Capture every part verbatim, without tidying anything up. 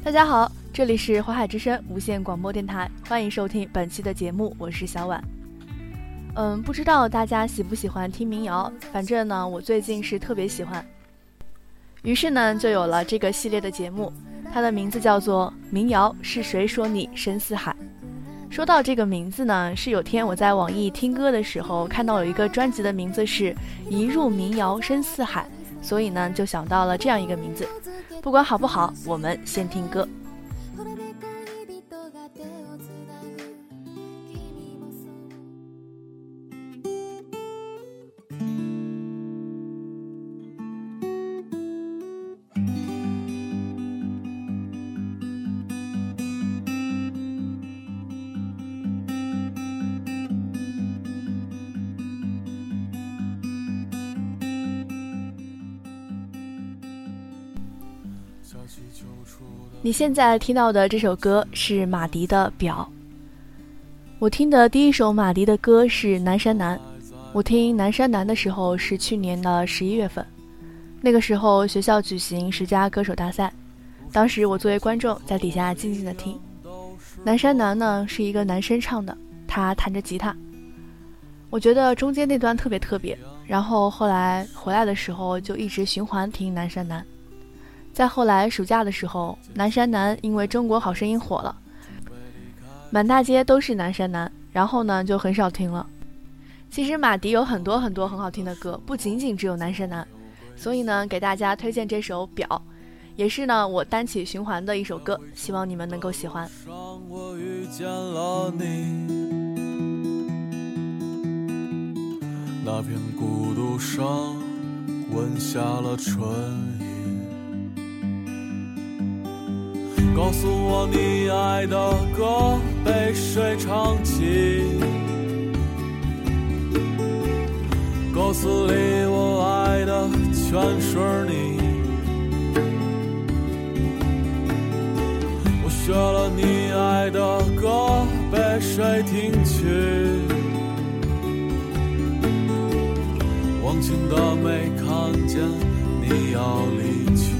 大家好，这里是淮海之声无线广播电台，欢迎收听本期的节目，我是小婉。嗯，不知道大家喜不喜欢听民谣，反正呢，我最近是特别喜欢。于是呢，就有了这个系列的节目，它的名字叫做《民谣是谁说你深似海》。说到这个名字呢，是有天我在网易听歌的时候看到有一个专辑的名字是一入民谣深似海，所以呢就想到了这样一个名字。不管好不好，我们先听歌。你现在听到的这首歌是马迪的《表》。我听的第一首马迪的歌是《南山南》，我听《南山南》的时候是去年的十一月份，那个时候学校举行十佳歌手大赛，当时我作为观众在底下静静的听。《南山南》呢是一个男生唱的，他弹着吉他，我觉得中间那段特别特别，然后后来回来的时候就一直循环听《南山南》。再后来暑假的时候，南山南因为中国好声音火了，满大街都是南山南，然后呢就很少听了。其实马迪有很多很多很好听的歌，不仅仅只有南山南，所以呢给大家推荐这首《表》，也是呢我单曲循环的一首歌，希望你们能够喜欢。 我遇见了你，那片孤独上吻下了春意，告诉我你爱的歌被谁唱起，歌词里我爱的全是你，我学了你爱的歌被谁听取，忘情的没看见你要离去，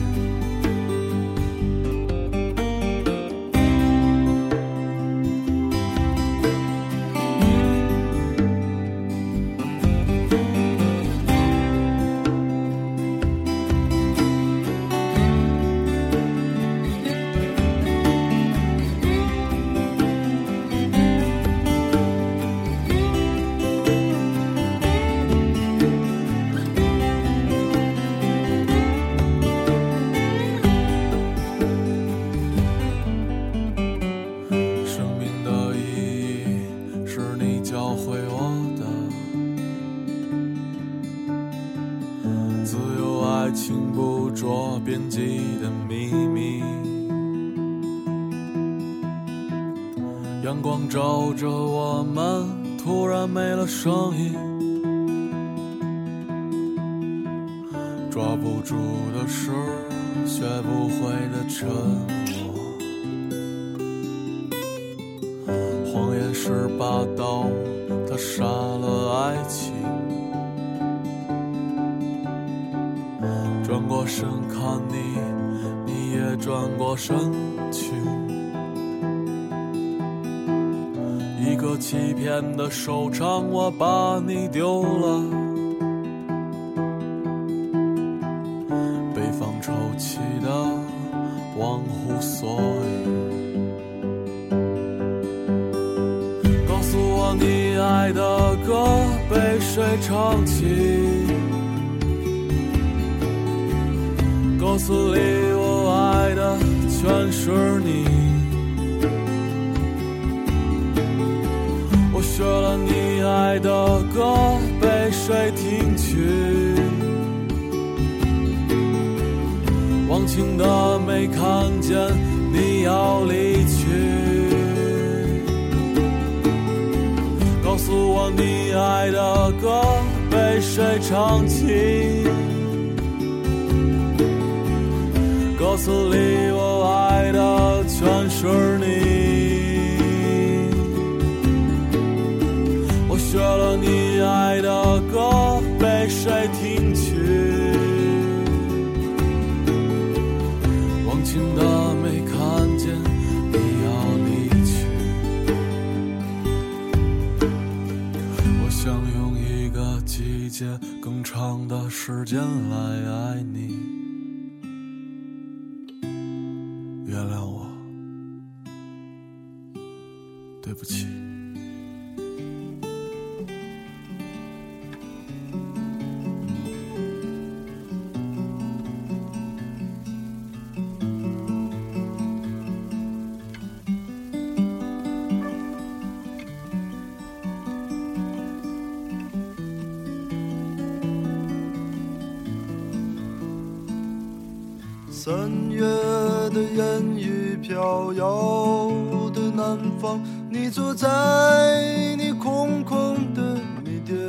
边际的秘密，阳光照着我们，突然没了声音，抓不住的是学不会的沉默，谎言是把刀，它杀了爱情，转过身看你，你也转过身去，一个欺骗的收场，我把你丢了，北方抽泣的忘乎所以，告诉我你爱的歌被谁唱起，歌词里我爱的全是你，我学了你爱的歌被谁听取，忘情的没看见你要离去，告诉我你爱的歌被谁唱起，歌词里我爱的全是你，我学了你爱的歌被谁听取，忘情的没看个季节更长的时间来爱你。原谅我，对不起。 三月的烟雨飘摇的南方，你坐在你空空的米店，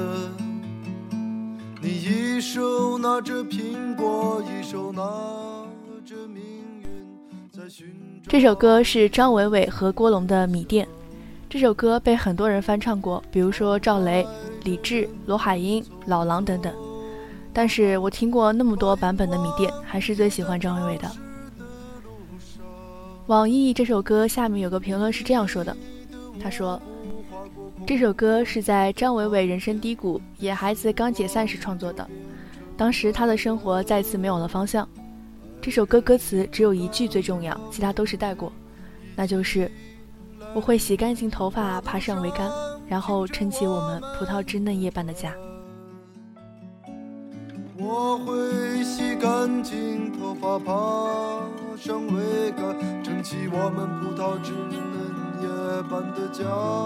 你一手拿着苹果，一手拿着命运在寻找。 这首歌是张伟伟和郭龙的《米店》，这首歌被很多人翻唱过，比如说赵雷、李志、罗海英、老狼等等。但是我听过那么多版本的米店，还是最喜欢张伟伟的。网易这首歌下面有个评论是这样说的，他说这首歌是在张伟伟人生低谷、野孩子刚解散时创作的，当时他的生活再次没有了方向。这首歌歌词只有一句最重要，其他都是带过，那就是我会洗干净头发，爬上桅杆，然后撑起我们葡萄枝嫩叶般的家。 我会洗干净头发，爬上桅杆，撑起我们葡萄枝嫩叶般的家。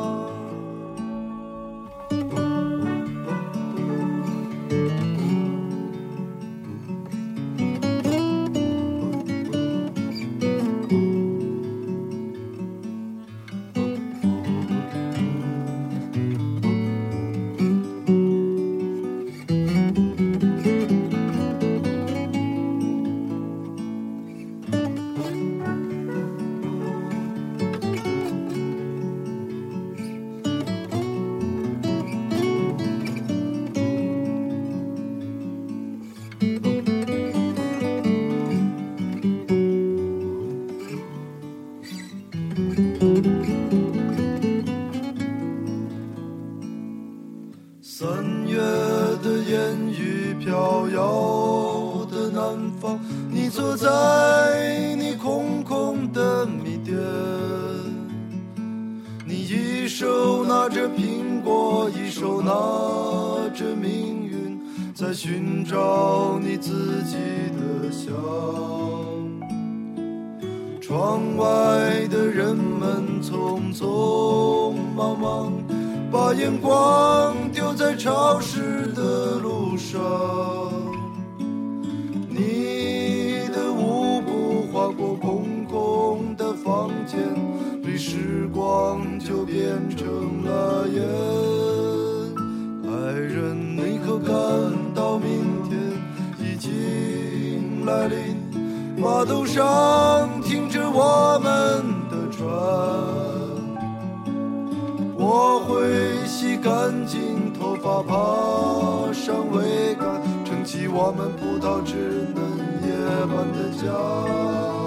三月的烟雨飘摇的南方，你坐在你空空的米店，你一手拿着苹果，一手拿着命运，在寻找你自己的香。窗外的人们匆匆忙忙，把眼光丢在潮湿的路上，你的舞步划过空空的房间里，时光就变成了烟。爱人，你可感到明天已经来临？码头上停着我们的船，我会洗干净头发，爬上桅杆，撑起我们葡萄枝嫩叶般的家。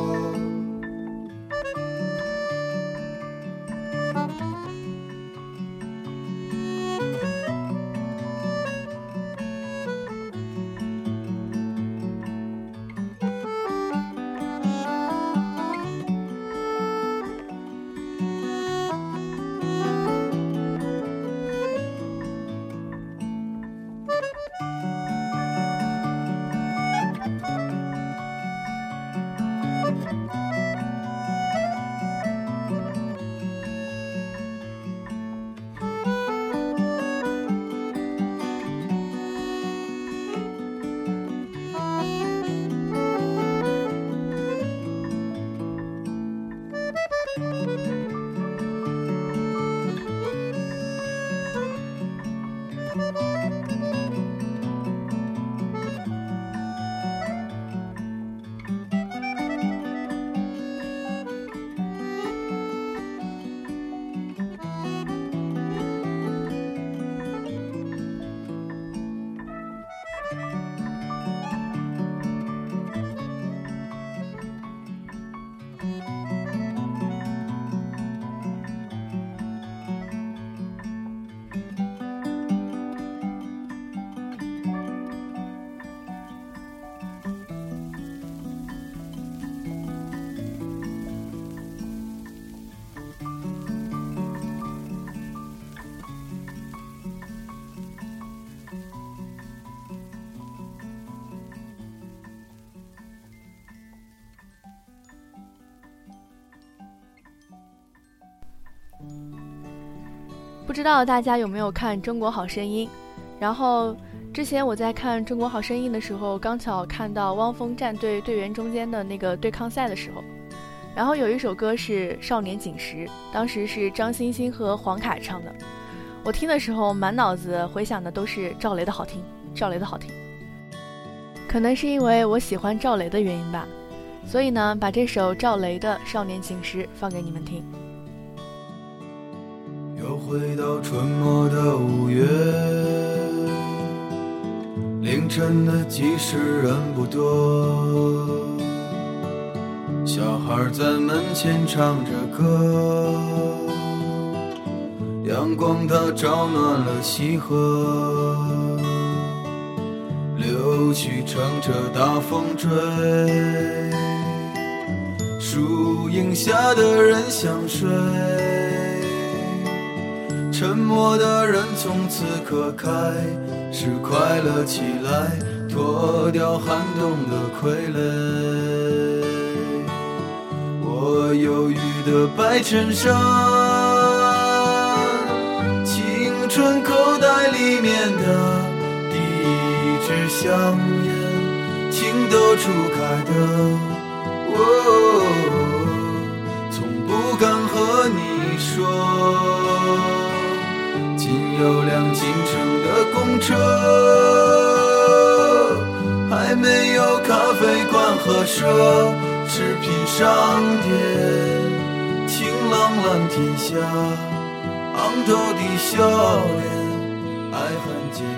不知道大家有没有看《中国好声音》？然后之前我在看《中国好声音》的时候，刚巧看到汪峰战队队员中间的那个对抗赛的时候，然后有一首歌是《少年锦时》，当时是张欣欣和黄凯唱的。我听的时候满脑子回想的都是赵雷的好听，赵雷的好听。可能是因为我喜欢赵雷的原因吧，所以呢，把这首赵雷的《少年锦时》放给你们听。 又回到春末的五月，凌晨的集市人不多，小孩在门前唱着歌，阳光它照暖了溪河，柳絮乘着大风追，树荫下的人想睡，沉默的人从此刻开始快乐起来，脱掉寒冬的傀儡。我忧郁的白衬衫，青春口袋里面的第一支香烟，情窦初开的我，从不敢和你说。仅有辆进城的公车，还没有咖啡馆和奢侈品商店，晴朗蓝天下，昂头的笑脸，爱很简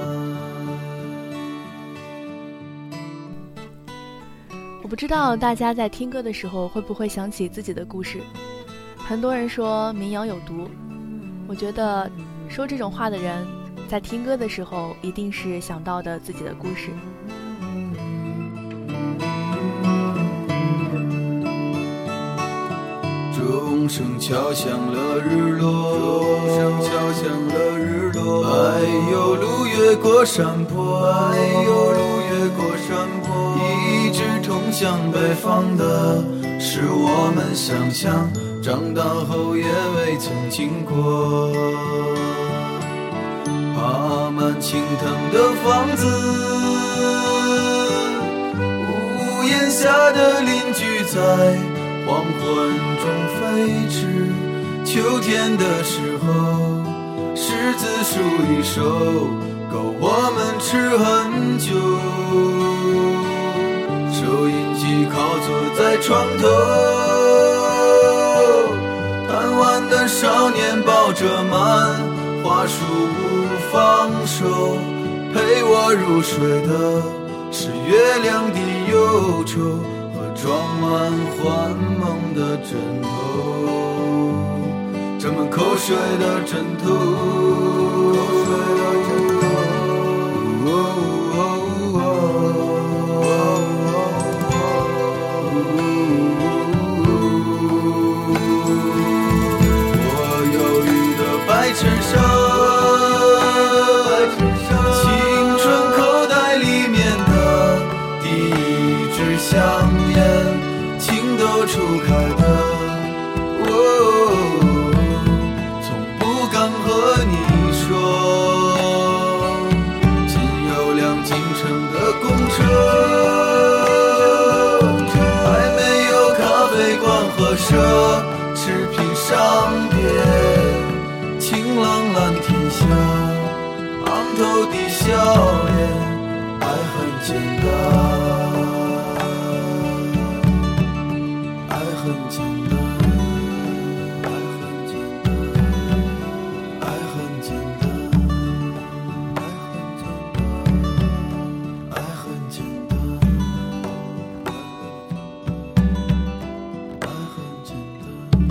单。 我不知道大家在听歌的时候会不会想起自己的故事。很多人说民谣有毒，我觉得说这种话的人在听歌的时候一定是想到的自己的故事。 钟声敲响了日落，钟声敲响了日落，哎呦路越过山坡，哎呦路越过山坡，一直通向北方的是我们想象，长大后也未曾经过。爬满青藤的房子，屋檐下的邻居在黄昏中飞驰，秋天的时候柿子树一熟，够我们吃很久。收音机靠坐在床头，贪玩的少年抱着漫画书不放手，陪我入睡的是月亮的忧愁，装满幻梦的枕头，沾满口水的枕头，口水的枕头。我忧郁的白衬衫，青春口袋里面的第一支香烟，情窦初开的我，从不敢和你说。仅有辆进城的公车，还没有咖啡馆和奢侈品商店，晴朗蓝天下，昂头的笑脸，爱很简单，很简单，爱很简单，爱很简单，爱很简单，爱很简单。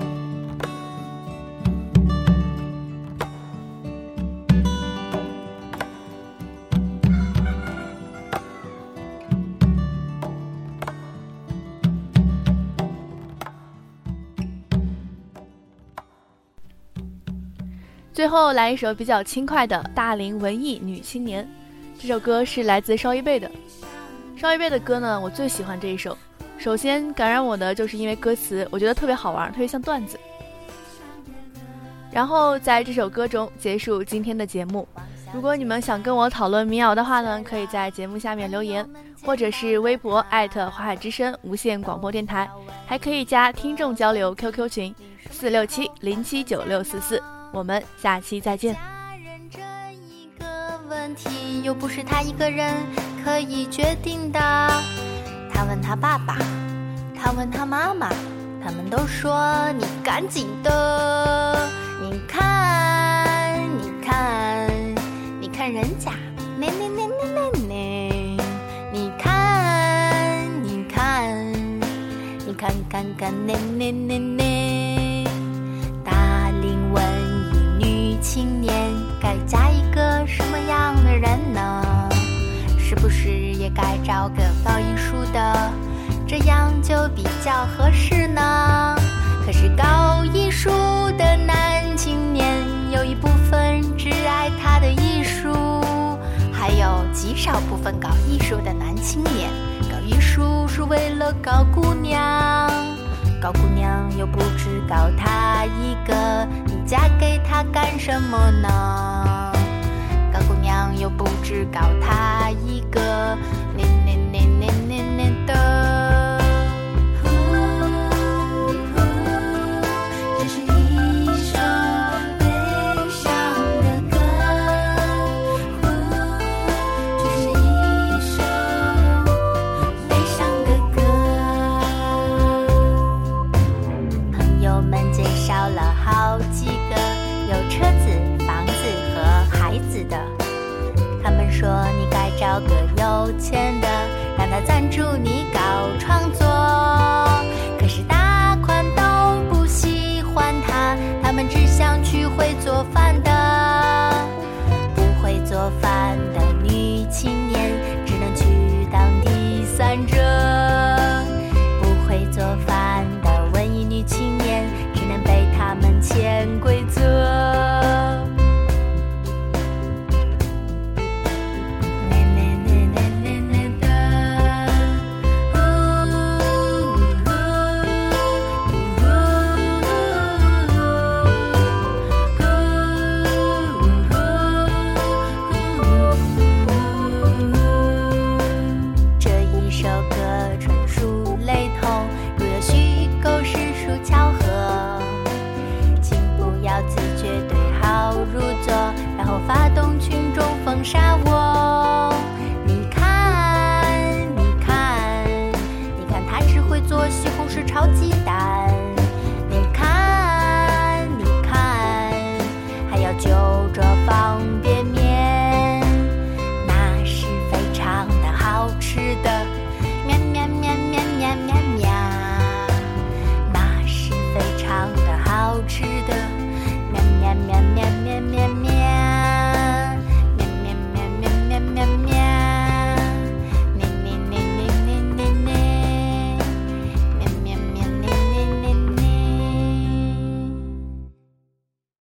最后来一首比较轻快的大龄文艺女青年，这首歌是来自邵一贝的。邵一贝的歌呢，我最喜欢这一首。首先感染我的就是因为歌词，我觉得特别好玩，特别像段子。 然后在这首歌中结束今天的节目。如果你们想跟我讨论民谣的话呢，可以在节目下面留言，或者是微博艾特华海之声无线广播电台，还可以加听众交流 Q Q 群四六七零七九六四四。我们下期再见。 一个问题又不是他一个人可以决定的。他问他爸爸，他问他妈妈，他们都说你赶紧的。你看，你看，你看人家，那那那那那那，你看，你看，你看看看那那那那。大龄文艺女青年该嫁一个什么样的人呢？是不是也该找个搞艺术的，这样就比较合适呢？可是搞艺术的男青年有一部分只爱他的艺术，还有极少部分搞艺术的男青年搞艺术是为了搞姑娘，搞姑娘又不只搞他一个，你嫁给他干什么呢？搞姑娘又不只搞他一个，那那那那那那的。说你该找个有钱的，让他赞助你搞创作。可是大款都不喜欢他，他们只想去会做饭的。不会做饭的女青年只能去当第三者，不会做饭的文艺女青年只能被他们潜规则。发动群众封杀